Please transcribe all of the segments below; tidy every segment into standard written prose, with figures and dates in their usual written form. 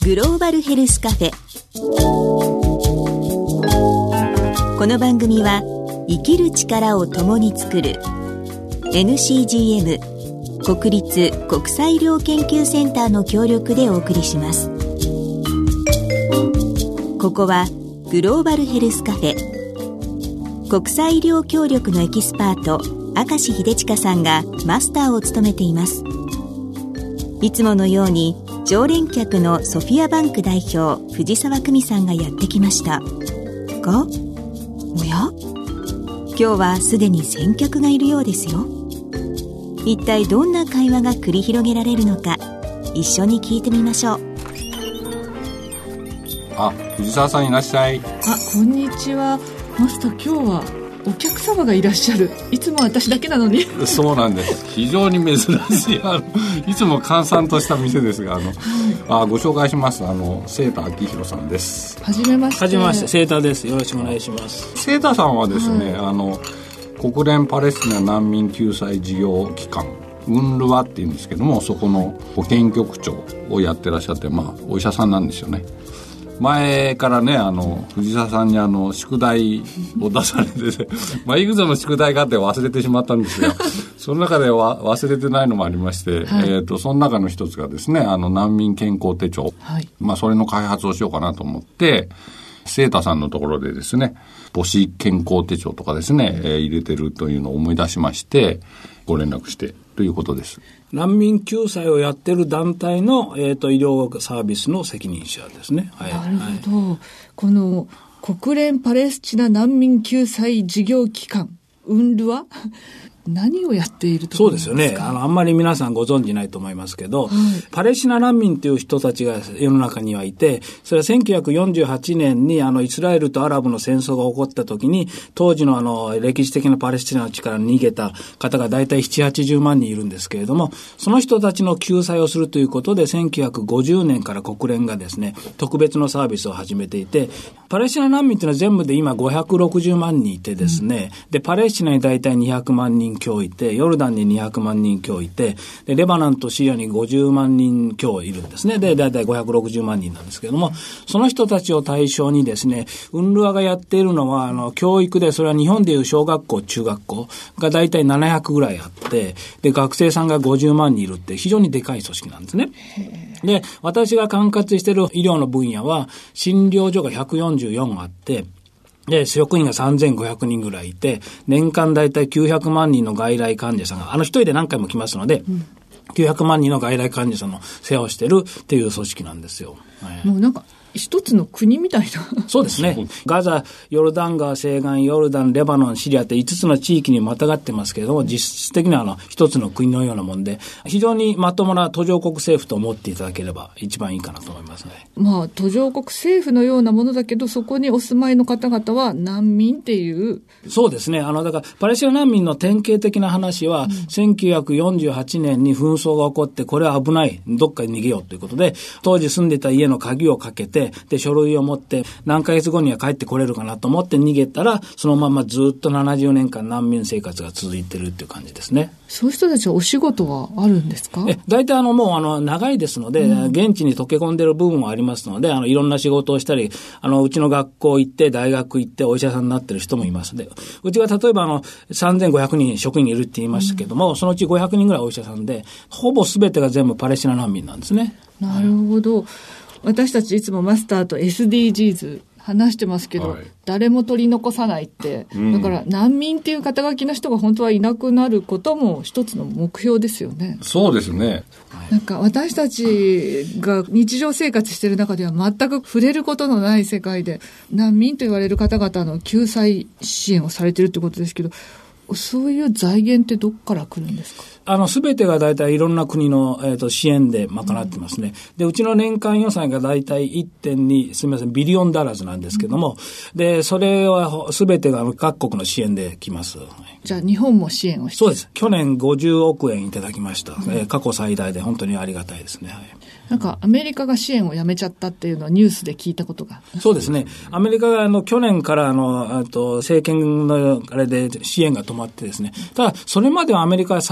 グローバルヘルスカフェ。この番組は生きる力を共に作る NCGM 国立国際医療研究センターの協力でお送りします。ここはグローバルヘルスカフェ。国際医療協力のエキスパート明石秀親さんがマスターを務めています。いつものように常連客のソフィアバンク代表藤沢久美さんがやってきましたが、おや、今日はすでに先客がいるようですよ。一体どんな会話が繰り広げられるのか、一緒に聞いてみましょう。 あ、藤沢さんいらっしゃい。 こんにちは。マスター、今日はお客様がいらっしゃる。いつも私だけなのに。 そうなんです。非常に珍しいいつも閑散とした店ですが、ご紹介します。清田明宏さんです。 はじめまして。 はじめまして、清田です。よろしくお願いします。 清田さんはですね、国連パレスチナ難民救済事業機関UNRWAっていうんですけども、そこの保健局長をやってらっしゃって、お医者さんなんですよね。前からね、藤沢さんに宿題を出されてていくつの宿題があって忘れてしまったんですがその中では忘れてないのもありまして、はい、その中の一つがですね、難民健康手帳、はい、それの開発をしようかなと思って、清田さんのところでですね、母子健康手帳とかですね、入れてるというのを思い出しましてご連絡してということです。 難民救済をやってる団体の、医療サービスの責任者ですね。 はい、なるほど、はい、この国連パレスチナ難民救済事業機関UNRWA何をやっているところですか？ そうですよね。あんまり皆さんご存じないと思いますけど、はい、パレスチナ難民という人たちが世の中にはいて、それは1948年にイスラエルとアラブの戦争が起こった時に、当時の歴史的なパレスチナの地から逃げた方が大体7、80万人いるんですけれども、その人たちの救済をするということで、1950年から国連がですね、特別のサービスを始めていて、パレスチナ難民というのは全部で今560万人いてですね、でパレスチナに大体200万人強いて、ヨルダンに200万人強いて、でレバノンとシリアに50万人強いるんですね。で大体560万人なんですけれども、その人たちを対象にですね、UNRWAがやっているのは教育で、それは日本でいう小学校中学校が大体700ぐらいあって、で学生さんが50万人いるって非常にでかい組織なんですね。で私が管轄している医療の分野は診療所が144あって、で職員が3500人ぐらいいて、年間だいたい900万人の外来患者さんが一人で何回も来ますので、900万人の外来患者さんの世話をしているっていう組織なんですよ。 もうなんか一つの国みたいな。 そうですね。ガザ、ヨルダン川西岸、ヨルダン、レバノン、シリアって5つの地域にまたがってますけれども、実質的には一つの国のようなもんで、非常にまともな途上国政府と思っていただければ一番いいかなと思いますね。 途上国政府のようなものだけど、そこにお住まいの方々は難民っていう。 そうですね。だからパレスチナ難民の典型的な話は、1948年に紛争が起こって、これは危ない、どっかに逃げようということで、当時住んでた家の鍵をかけて、で書類を持って何ヶ月後には帰ってこれるかなと思って逃げたら、そのままずっと70年間難民生活が続いてるっていう感じですね。 そういう人たちはお仕事はあるんですか？ 大体もう長いですので、現地に溶け込んでる部分もありますので、いろんな仕事をしたり、うちの学校行って大学行ってお医者さんになってる人もいますで、うちが例えば3500人職員いるって言いましたけども、そのうち500人ぐらいお医者さんで、ほぼ全てが全部パレスチナ難民なんですね。 なるほど。私たちいつもマスターと SDGs 話してますけど、はい、誰も取り残さないって、だから難民っていう肩書きの人が本当はいなくなることも一つの目標ですよね。 そうですね。 なんか私たちが日常生活している中では全く触れることのない世界で、難民と言われる方々の救済支援をされているということですけど、そういう財源ってどこから来るんですか？ すべてが大体いろんな国の、支援で賄ってますね。で、うちの年間予算が大体 1.2 ビリオンダラーズなんですけども、で、それはすべてが各国の支援で来ます。 じゃあ日本も支援をして？ そうです。去年50億円いただきました。過去最大で本当にありがたいですね。はい。 なんかアメリカが支援をやめちゃったっていうのはニュースで聞いたことが。 そうですね。アメリカが去年から政権のあれで支援が止まってですね。ただそれまではアメリカは最大の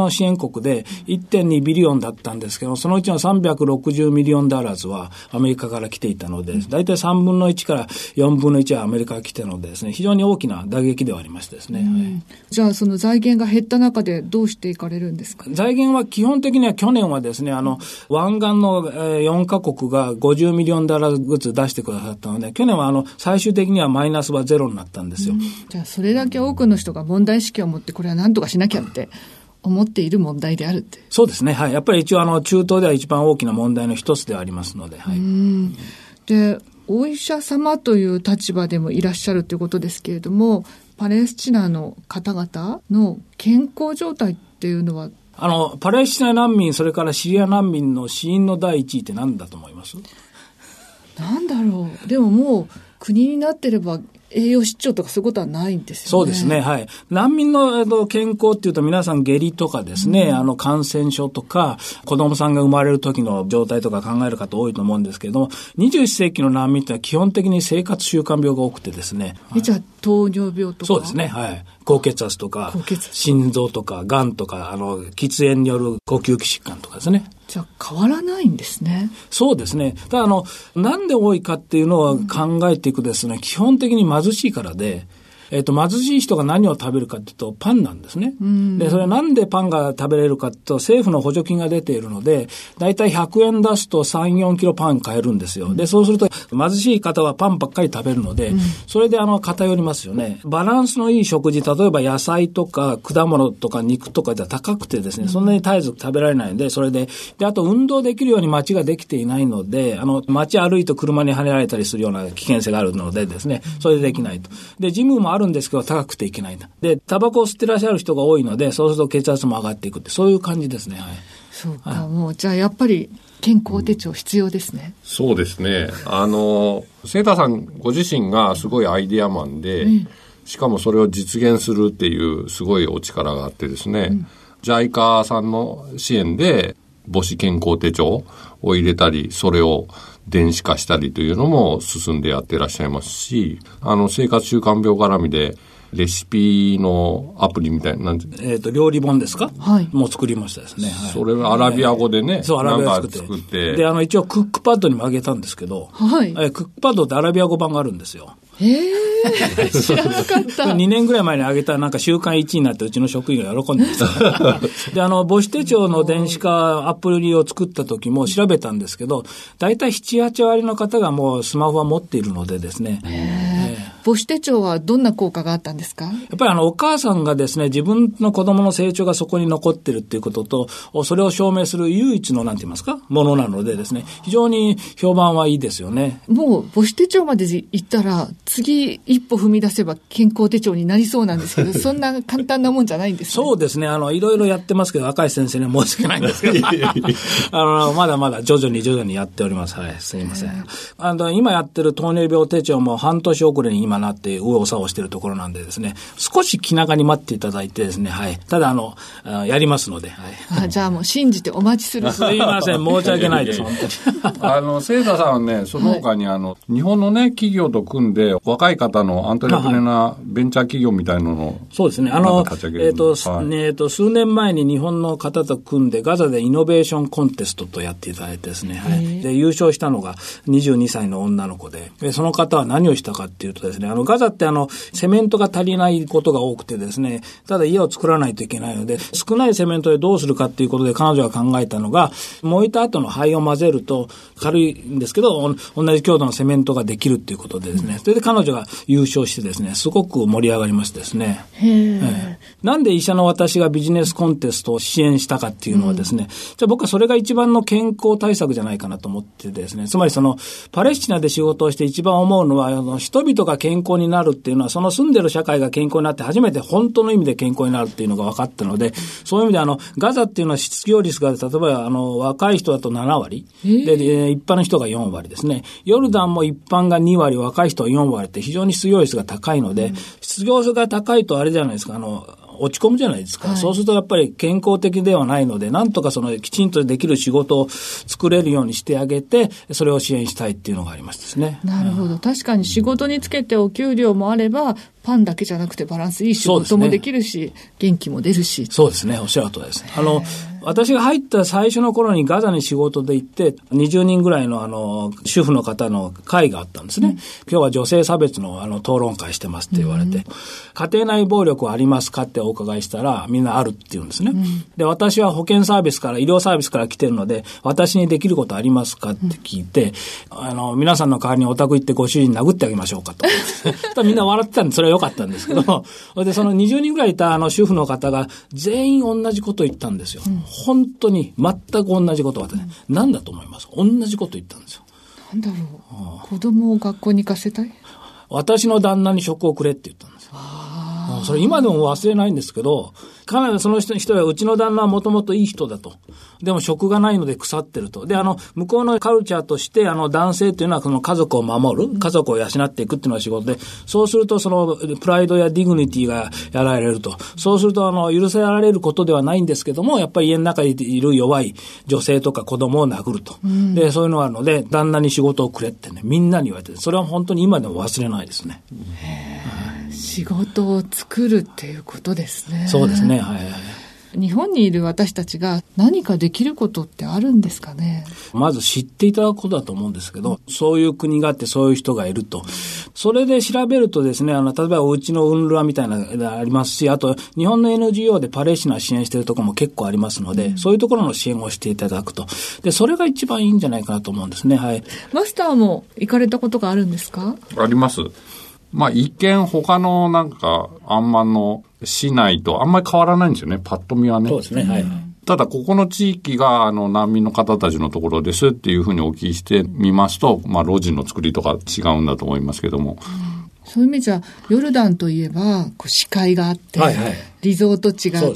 の支援国で 1.2 ビリオンだったんですけど、そのうちの360ミリオンダラーズはアメリカから来ていたので、だいたい3分の1から4分の1はアメリカが来ているのでですね、非常に大きな打撃ではありましてですね。 じゃあその財源が減った中でどうしていかれるんですか？ 財源は基本的には去年はですね、湾岸の4カ国が50ミリオンダラーずつ出してくださったので、去年は最終的にはマイナスはゼロになったんですよ。 じゃあそれだけ多くの人が問題意識を持ってこれは何とかしなきゃって思っている問題であるって。 そうですね。はい。やっぱり一応中東では一番大きな問題の一つでありますので。はい。 で、お医者様という立場でもいらっしゃるということですけれども、パレスチナの方々の健康状態っていうのは、 パレスチナ難民、それからシリア難民の死因の第一位って何だと思います？ なんだろう。でももう国になってれば栄養失調とかそういうことはないんですよね。 そうですね。はい。難民の健康っていうと皆さん下痢とかですね、感染症とか子供さんが生まれる時の状態とか考える方多いと思うんですけれども、21世紀の難民ってのは基本的に生活習慣病が多くてですね。 じゃあ糖尿病とか。 そうですね。はい。高血圧とか、心臓とか、癌とか、喫煙による呼吸器疾患とかですね。 じゃあ変わらないんですね。 そうですね。ただなんで多いかっていうのを考えていくですね、基本的に貧しいからで、貧しい人が何を食べるかっていうとパンなんですね。で、それはなんでパンが食べれるかっていうと、政府の補助金が出ているので、だいたい100円出すと3、4キロパン買えるんですよ。で、そうすると貧しい方はパンばっかり食べるので、それで偏りますよね。バランスのいい食事、例えば野菜とか果物とか肉とかでは高くてですね、そんなに絶えず食べられないので、それで、あと運動できるように街ができていないので、街歩いて車にはねられたりするような危険性があるのでですね、それでできないと。で、ジムもあるんですけど高くていけないんだ。で、タバコを吸ってらっしゃる人が多いので、そうすると血圧も上がっていくって、そういう感じですね。はい。 そうか、もうじゃあやっぱり健康手帳必要ですね。 そうですね。清田さんご自身がすごいアイデアマンで、しかもそれを実現するっていうすごいお力があってですね、JICA さんの支援で母子健康手帳を入れたり、それを電子化したりというのも進んでやってらっしゃいますし、生活習慣病絡みでレシピのアプリみたいな、 料理本ですか？ はい。 もう作りましたですね。はい、 それはアラビア語でね、 そう、アラビア語作って。で、一応クックパッドにもあげたんですけど、 はい。 クックパッドってアラビア語版があるんですよ。 知らなかった。 2年ぐらい前にあげた週間1位になってうちの職員が喜んでました。で、母子手帳の電子化アプリを作った時も調べたんですけど、だいたい7、8割の方がもうスマホは持っているのでですね。 母子手帳はどんな効果があったんですか？ やっぱりお母さんがですね、自分の子供の成長がそこに残ってるっていうことと、それを証明する唯一のなんて言いますか、ものなのでですね、非常に評判はいいですよね。 もう母子手帳まで行ったら、次一歩踏み出せば健康手帳になりそうなんですけど、そんな簡単なもんじゃないんですね。 そうですね。いろいろやってますけど、赤石先生には申し訳ないんですけど、まだまだ徐々にやっております。はい、すいません。今やってる糖尿病手帳も半年遅れに今なって右往左往しているところなんでですね、少し気長に待っていただいてですね、はい。ただやりますので、はい。 じゃあもう信じてお待ちする。 すいません、申し訳ないです、本当に。清田さんはね、その他に日本のね、企業と組んで、若い方のアントレプレナー、ベンチャー企業みたいなのを。 そうですね。数年前に日本の方と組んで、ガザでイノベーションコンテストとやっていただいてですね、はい。で、優勝したのが22歳の女の子で、その方は何をしたかっていうとですね、ガザってセメントが足りないことが多くてですね、ただ家を作らないといけないので、少ないセメントでどうするかっていうことで彼女が考えたのが、燃えた後の灰を混ぜると軽いんですけど、同じ強度のセメントができるっていうことでですね、それで彼女が優勝してですね、すごく盛り上がりましてですね。なんで医者の私がビジネスコンテストを支援したかっていうのはですね、じゃあ僕はそれが一番の健康対策じゃないかなと思ってですね、つまりパレスチナで仕事をして一番思うのは、人々が健康になるっていうのは、その住んでる社会が健康になって初めて本当の意味で健康になるっていうのが分かったので、そういう意味でガザっていうのは失業率が例えば若い人だと7割で、一般の人が4割ですね。ヨルダンも一般が2割、若い人は4割って非常に失業率が高いので、失業率が高いとあれじゃないですか、 落ち込むじゃないですか。そうするとやっぱり健康的ではないので、なんとかきちんとできる仕事を作れるようにしてあげて、それを支援したいっていうのがありましてですね。 なるほど。確かに仕事につけてお給料もあれば、パンだけじゃなくてバランスいい仕事もできるし、元気も出るし。 そうですね。おっしゃるとおりですね。私が入った最初の頃にガザに仕事で行って、20人ぐらいの主婦の方の会があったんですね。今日は女性差別の討論会してますって言われて、家庭内暴力はありますかってお伺いしたら、みんなあるって言うんですね。で、私は保健サービスから、医療サービスから来てるので、私にできることありますかって聞いて、皆さんの代わりにお宅行ってご主人殴ってあげましょうかと。そしたらみんな笑ってたんで、それは良かったんですけど、で、その20人ぐらいいた主婦の方が全員同じことを言ったんですよ。本当に全く同じことを何だと思います？同じこと言ったんですよ。 なんだろう。子供を学校に行かせたい？ 私の旦那に職をくれって言ったんですよ。それ今でも忘れないんですけど、かなりその人はうちの旦那はもともといい人だと。でも職がないので腐ってると。で、向こうのカルチャーとして、男性というのはその家族を守る、家族を養っていくっていうのが仕事で、そうするとプライドやディグニティがやられると。そうすると許せられることではないんですけども、やっぱり家の中にいる弱い女性とか子供を殴ると。で、そういうのがあるので、旦那に仕事をくれってね、みんなに言われて、それは本当に今でも忘れないですね。 仕事を作るっていうことですね。 そうですね。はい。 日本にいる私たちが何かできることってあるんですかね。 まず知っていただくことだと思うんですけど、そういう国があってそういう人がいると。それで調べるとですね、例えばおうちのウンルワみたいなのがありますし、あと日本の NGO でパレスチナ支援しているところも結構ありますので、そういうところの支援をしていただくと。で、それが一番いいんじゃないかなと思うんですね。はい。 マスターも行かれたことがあるんですか？ あります。一見他のアンマンの市内とあんまり変わらないんですよね、パッと見はね。 そうですね。はい。 ただここの地域が難民の方たちのところですっていうふうにお聞きしてみますと、路地の作りとか違うんだと思いますけども。 そういう意味じゃヨルダンといえば視界があって、リゾート地があって、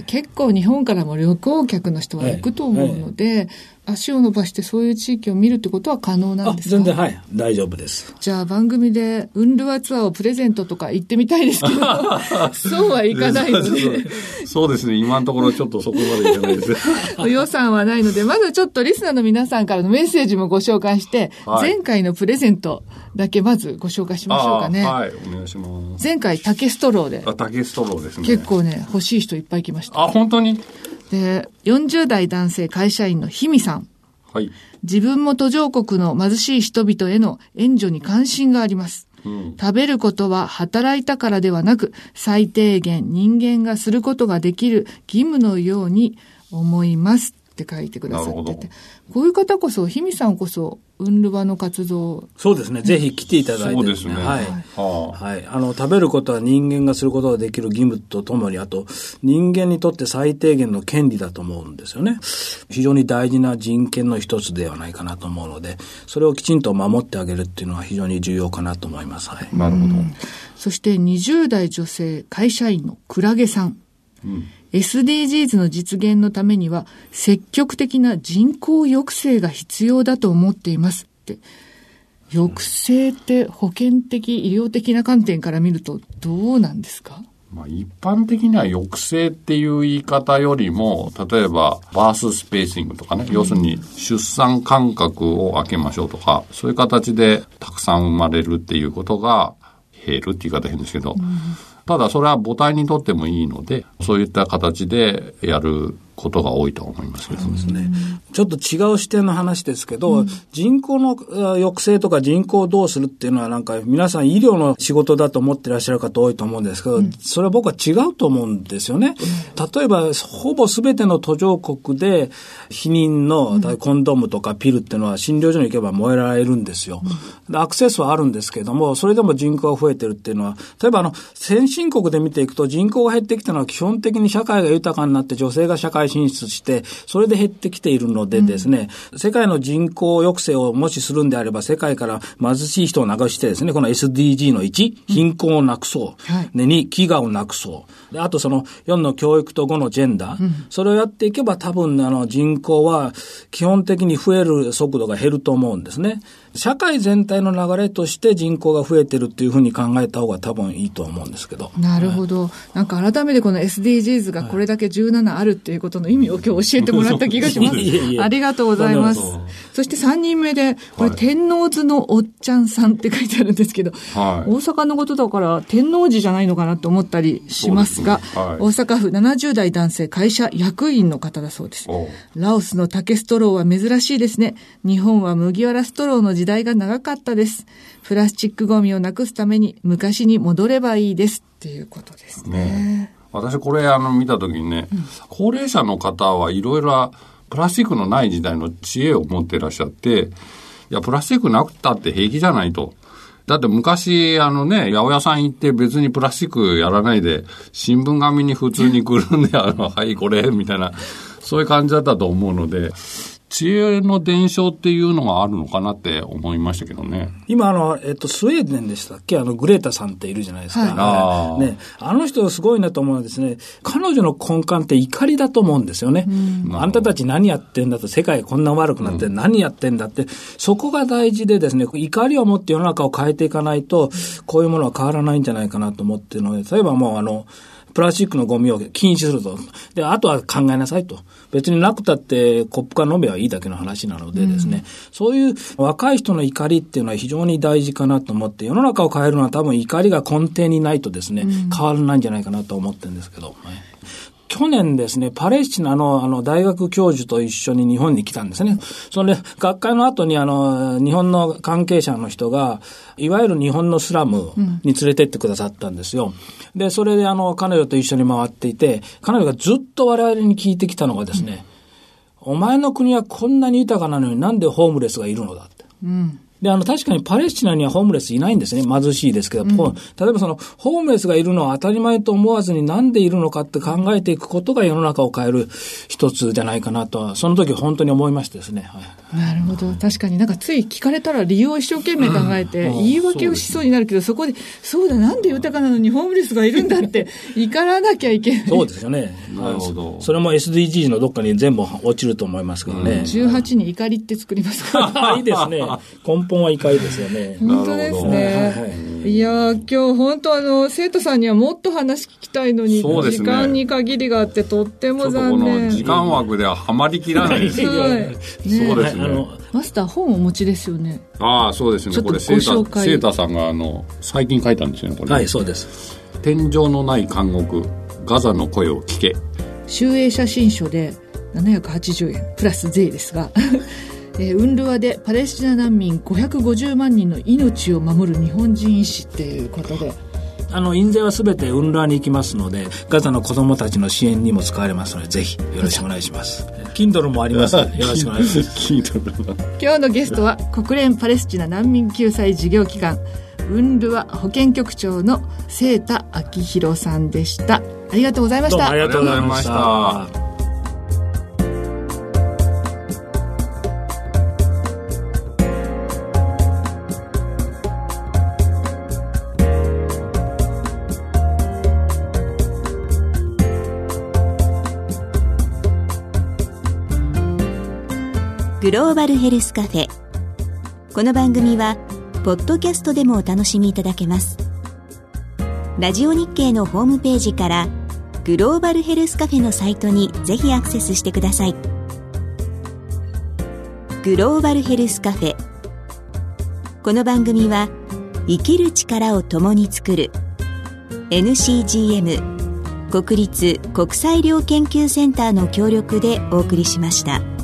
結構日本からも旅行客の人は行くと思うので、足を伸ばしてそういう地域を見るってことは可能なんですか？ 全然大丈夫です。 じゃあ番組でウンルワツアーをプレゼントとか行ってみたいですけどそうはいかないのでそうですね、今のところちょっとそこまでいかないです予算はないので、まずちょっとリスナーの皆さんからのメッセージもご紹介して、前回のプレゼントだけまずご紹介しましょうかね。 はい、お願いします。 前回竹ストローで。 竹ストローですね。 結構ね、欲しい人いっぱい来ました。 本当に？ で、40代男性会社員のひみさん。 はい。 自分も途上国の貧しい人々への援助に関心があります。食べることは働いたからではなく、最低限人間がすることができる義務のように思いますって書いてくださってて。こういう方こそ、ひみさんこそ、ウンルワの活動。 そうですね。ぜひ来ていただいて、 そうですね。 はい。はい。食べることは人間がすることができる義務とともに、あと、人間にとって最低限の権利だと思うんですよね。非常に大事な人権の一つではないかなと思うので、それをきちんと守ってあげるっていうのは非常に重要かなと思います。はい。 なるほど。 そして20代女性会社員のクラゲさん。SDGs の実現のためには積極的な人口抑制が必要だと思っていますって。抑制って保健的、医療的な観点から見るとどうなんですか？ 一般的には抑制っていう言い方よりも、例えばバーススペーシングとかね、要するに出産間隔を空けましょうとか、そういう形でたくさん生まれるっていうことが減るって言い方変ですけど、ただそれは母体にとってもいいので、そういった形でやることが多いと思いますけど。 そうですね。ちょっと違う視点の話ですけど、人口の抑制とか人口をどうするっていうのは皆さん医療の仕事だと思ってらっしゃる方多いと思うんですけど、それは僕は違うと思うんですよね。例えばほぼ全ての途上国で避妊のコンドームとかピルっていうのは診療所に行けば燃えられるんですよ。アクセスはあるんですけども、それでも人口が増えてるっていうのは、例えば先進国で見ていくと人口が減ってきたのは基本的に社会が豊かになって女性が社会進出して、それで減ってきているのでですね、世界の人口抑制をもしするんであれば、世界から貧しい人をなくしてですね、この SDG の1、貧困をなくそう。で、2、飢餓をなくそう。で、あとその4の教育と5のジェンダー。それをやっていけば多分人口は基本的に増える速度が減ると思うんですね。社会全体の流れとして人口が増えてるっていうふうに考えた方が多分いいと思うんですけど。 なるほど。なんか改めてこの SDGs がこれだけ17あるっていうことの意味を今日教えてもらった気がします。ありがとうございます。そして3人目で、これ天王洲のおっちゃんさんって書いてあるんですけど、大阪のことだから天王寺じゃないのかなと思ったりしますが、大阪府70代男性会社役員の方だそうです。ラオスの竹ストローは珍しいですね。日本は麦わらストローの時代が長かったです。プラスチックゴミをなくすために昔に戻ればいいですっていうことですね。 私これ見たときにね、高齢者の方はいろいろプラスチックのない時代の知恵を持っていらっしゃって、いやプラスチックなくたって平気じゃないと。だって昔八百屋さん行って別にプラスチックやらないで新聞紙に普通にくるんではいこれみたいなそういう感じだったと思うので、知恵の伝承っていうのがあるのかなって思いましたけどね。 今スウェーデンでしたっけ、グレータさんっているじゃないですか。ね、あの人すごいなと思うのはですね、彼女の根幹って怒りだと思うんですよね。あんたたち何やってんだと、世界こんな悪くなって何やってんだって、そこが大事でですね、怒りを持って世の中を変えていかないと、こういうものは変わらないんじゃないかなと思っているので、例えばもうプラスチックのゴミを禁止すると。で、あとは考えなさいと。別になくたってコップから飲めばいいだけの話なのでですね、そういう若い人の怒りっていうのは非常に大事かなと思って、世の中を変えるのは多分怒りが根底にないとですね、変わらないんじゃないかなと思ってるんですけど。去年ですね、パレスチナの大学教授と一緒に日本に来たんですね。それで、学会の後に日本の関係者の人が、いわゆる日本のスラムに連れてってくださったんですよ。で、それで彼女と一緒に回っていて、彼女がずっと我々に聞いてきたのがですね、お前の国はこんなに豊かなのになんでホームレスがいるのだって。で、確かにパレスチナにはホームレスいないんですね。貧しいですけど、例えばその、ホームレスがいるのは当たり前と思わずになんでいるのかって考えていくことが世の中を変える一つじゃないかなとは、その時本当に思いましてですね。 なるほど。確かになんかつい聞かれたら理由を一生懸命考えて、言い訳をしそうになるけど、そこで、そうだ、なんで豊かなのにホームレスがいるんだって、怒らなきゃいけない。 そうですよね。なるほど。それも SDGs のどっかに全部落ちると思いますけどね。 18に怒りって作りますかいいですね。根本は怒りですよね。 本当ですね。いや今日本当生徒さんにはもっと話聞きたいのに、時間に限りがあってとっても残念。 この時間枠でははまりきらないですね。そうですね。 マスター本をお持ちですよね。 そうですね。これセータさんが最近書いたんですよね。これ。 はい、そうです。 天井のない監獄、ガザの声を聞け。 集英写真書で780円プラス税ですが。ウンルワでパレスチナ難民550万人の命を守る日本人医師っていうことで、 印税はすべてウンルワに行きますので、ガザの子どもたちの支援にも使われますので、ぜひよろしくお願いします。Kindle もありますのでよろしくお願いします。 今日のゲストは国連パレスチナ難民救済事業機関ウンルワ保健局長の清田明宏さんでした。ありがとうございました。 どうもありがとうございました。 グローバルヘルスカフェ。この番組はポッドキャストでもお楽しみいただけます。ラジオ日経のホームページからグローバルヘルスカフェのサイトにぜひアクセスしてください。グローバルヘルスカフェ。この番組は生きる力を共に作る NCGM 国立国際医療研究センターの協力でお送りしました。